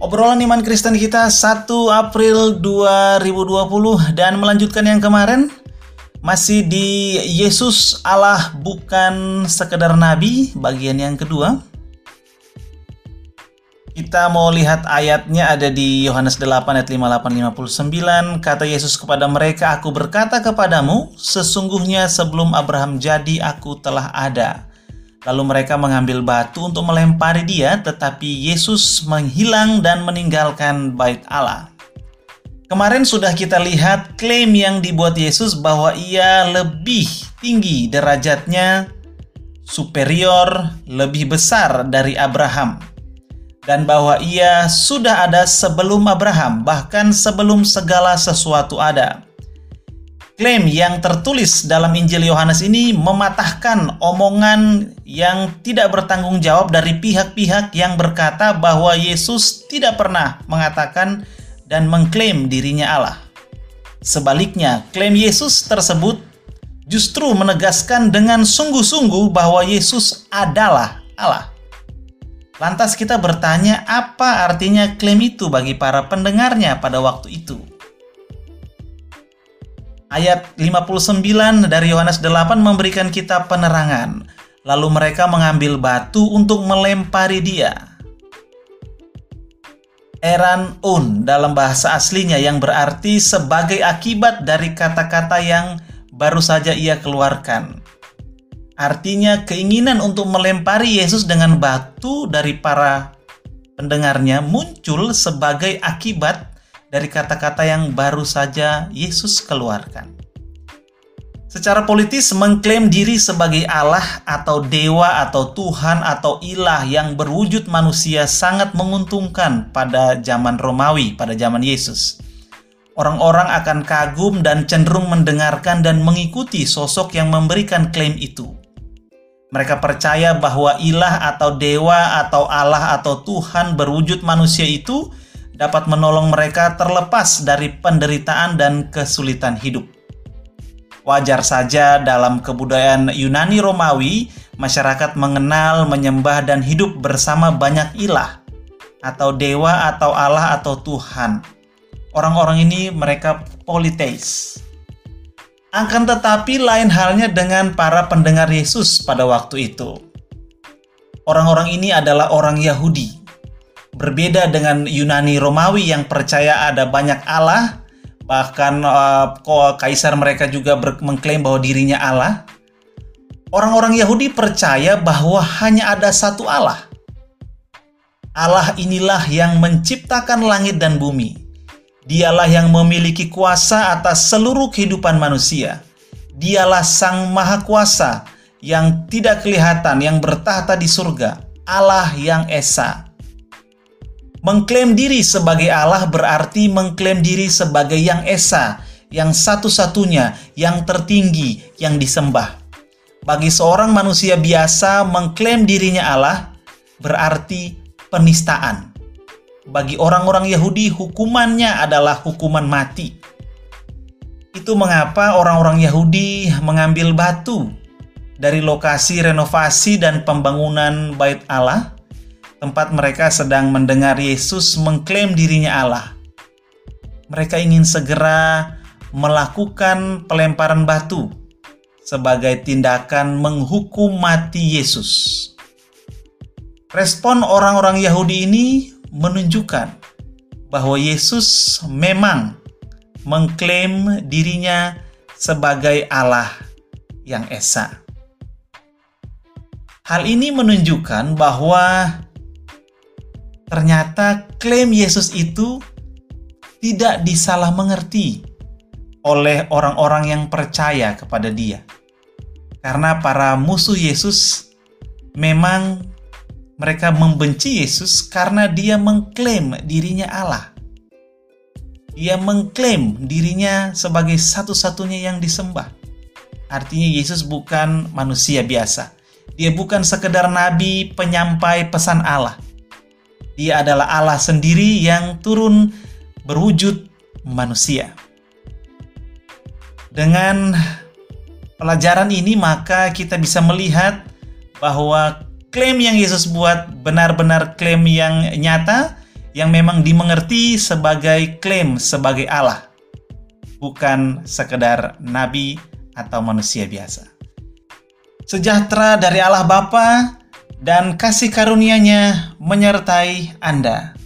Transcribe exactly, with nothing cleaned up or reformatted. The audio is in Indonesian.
Obrolan iman Kristen kita satu April dua ribu dua puluh dan melanjutkan yang kemarin masih di Yesus Allah bukan sekedar nabi, bagian yang kedua. Kita mau lihat ayatnya ada di Yohanes delapan ayat lima puluh delapan sampai lima puluh sembilan. Kata Yesus kepada mereka, "Aku berkata kepadamu, sesungguhnya sebelum Abraham jadi aku telah ada." Lalu mereka mengambil batu untuk melempari dia, tetapi Yesus menghilang dan meninggalkan bait Allah. Kemarin sudah kita lihat klaim yang dibuat Yesus bahwa ia lebih tinggi derajatnya, superior, lebih besar dari Abraham. Dan bahwa ia sudah ada sebelum Abraham, bahkan sebelum segala sesuatu ada. Klaim yang tertulis dalam Injil Yohanes ini mematahkan omongan yang tidak bertanggung jawab dari pihak-pihak yang berkata bahwa Yesus tidak pernah mengatakan dan mengklaim dirinya Allah. Sebaliknya, klaim Yesus tersebut justru menegaskan dengan sungguh-sungguh bahwa Yesus adalah Allah. Lantas kita bertanya, apa artinya klaim itu bagi para pendengarnya pada waktu itu? Ayat lima puluh sembilan dari Yohanes delapan memberikan kita penerangan. Lalu mereka mengambil batu untuk melempari dia. Eran un dalam bahasa aslinya yang berarti sebagai akibat dari kata-kata yang baru saja ia keluarkan. Artinya keinginan untuk melempari Yesus dengan batu dari para pendengarnya muncul sebagai akibat dari kata-kata yang baru saja Yesus keluarkan. Secara politis, mengklaim diri sebagai Allah atau dewa atau Tuhan atau ilah yang berwujud manusia sangat menguntungkan pada zaman Romawi, pada zaman Yesus. Orang-orang akan kagum dan cenderung mendengarkan dan mengikuti sosok yang memberikan klaim itu. Mereka percaya bahwa ilah atau dewa atau Allah atau Tuhan berwujud manusia itu dapat menolong mereka terlepas dari penderitaan dan kesulitan hidup. Wajar saja dalam kebudayaan Yunani Romawi, masyarakat mengenal, menyembah, dan hidup bersama banyak ilah, atau dewa, atau Allah, atau Tuhan. Orang-orang ini mereka politeis. Akan tetapi lain halnya dengan para pendengar Yesus pada waktu itu. Orang-orang ini adalah orang Yahudi. Berbeda dengan Yunani Romawi yang percaya ada banyak Allah, bahkan uh, kaisar mereka juga mengklaim bahwa dirinya Allah. Orang-orang Yahudi percaya bahwa hanya ada satu Allah. Allah inilah yang menciptakan langit dan bumi. Dialah yang memiliki kuasa atas seluruh kehidupan manusia. Dialah Sang Maha Kuasa yang tidak kelihatan, yang bertahta di surga. Allah yang Esa. Mengklaim diri sebagai Allah berarti mengklaim diri sebagai yang Esa, yang satu-satunya, yang tertinggi, yang disembah. Bagi seorang manusia biasa, mengklaim dirinya Allah berarti penistaan. Bagi orang-orang Yahudi, hukumannya adalah hukuman mati. Itu mengapa orang-orang Yahudi mengambil batu dari lokasi renovasi dan pembangunan Bait Allah, tempat mereka sedang mendengar Yesus mengklaim dirinya Allah. Mereka ingin segera melakukan pelemparan batu sebagai tindakan menghukum mati Yesus. Respon orang-orang Yahudi ini menunjukkan bahwa Yesus memang mengklaim dirinya sebagai Allah yang Esa. Hal ini menunjukkan bahwa ternyata klaim Yesus itu tidak disalah mengerti oleh orang-orang yang percaya kepada Dia. Karena para musuh Yesus memang mereka membenci Yesus karena Dia mengklaim dirinya Allah. Dia mengklaim dirinya sebagai satu-satunya yang disembah. Artinya Yesus bukan manusia biasa. Dia bukan sekedar nabi penyampai pesan Allah. Dia adalah Allah sendiri yang turun berwujud manusia. Dengan pelajaran ini maka kita bisa melihat bahwa klaim yang Yesus buat benar-benar klaim yang nyata yang memang dimengerti sebagai klaim sebagai Allah, bukan sekedar nabi atau manusia biasa. Sejahtera dari Allah Bapa dan kasih karunia-Nya menyertai Anda.